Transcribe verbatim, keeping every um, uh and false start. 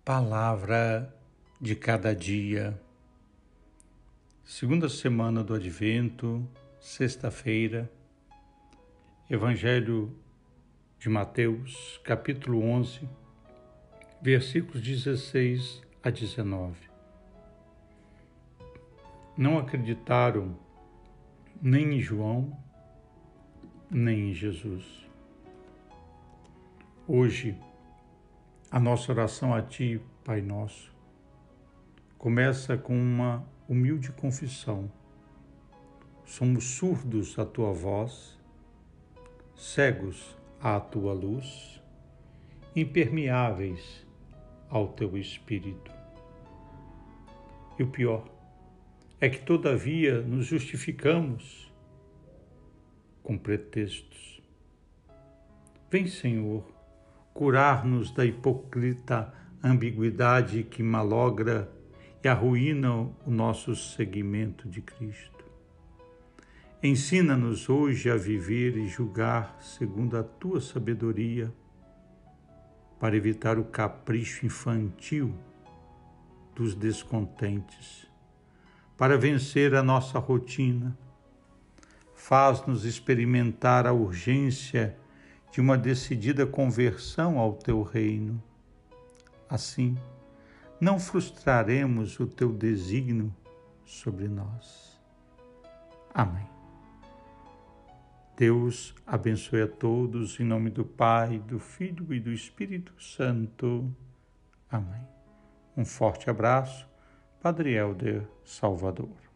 Palavra de cada dia. Segunda semana do Advento, sexta-feira, Evangelho de Mateus, capítulo onze, versículos dezesseis a dezenove. Não acreditaram nem em João, nem em Jesus. Hoje, a nossa oração a Ti, Pai Nosso, começa com uma humilde confissão. Somos surdos à Tua voz, cegos à Tua luz, impermeáveis ao Teu Espírito. E o pior é que, todavia, nos justificamos com pretextos. Vem, Senhor, curar-nos da hipócrita ambiguidade que malogra e arruína o nosso seguimento de Cristo. Ensina-nos hoje a viver e julgar segundo a Tua sabedoria, para evitar o capricho infantil dos descontentes, para vencer a nossa rotina. Faz-nos experimentar a urgência de uma decidida conversão ao Teu reino. Assim, não frustraremos o Teu desígnio sobre nós. Amém. Deus abençoe a todos, em nome do Pai, do Filho e do Espírito Santo. Amém. Um forte abraço, Padre Helder Salvador.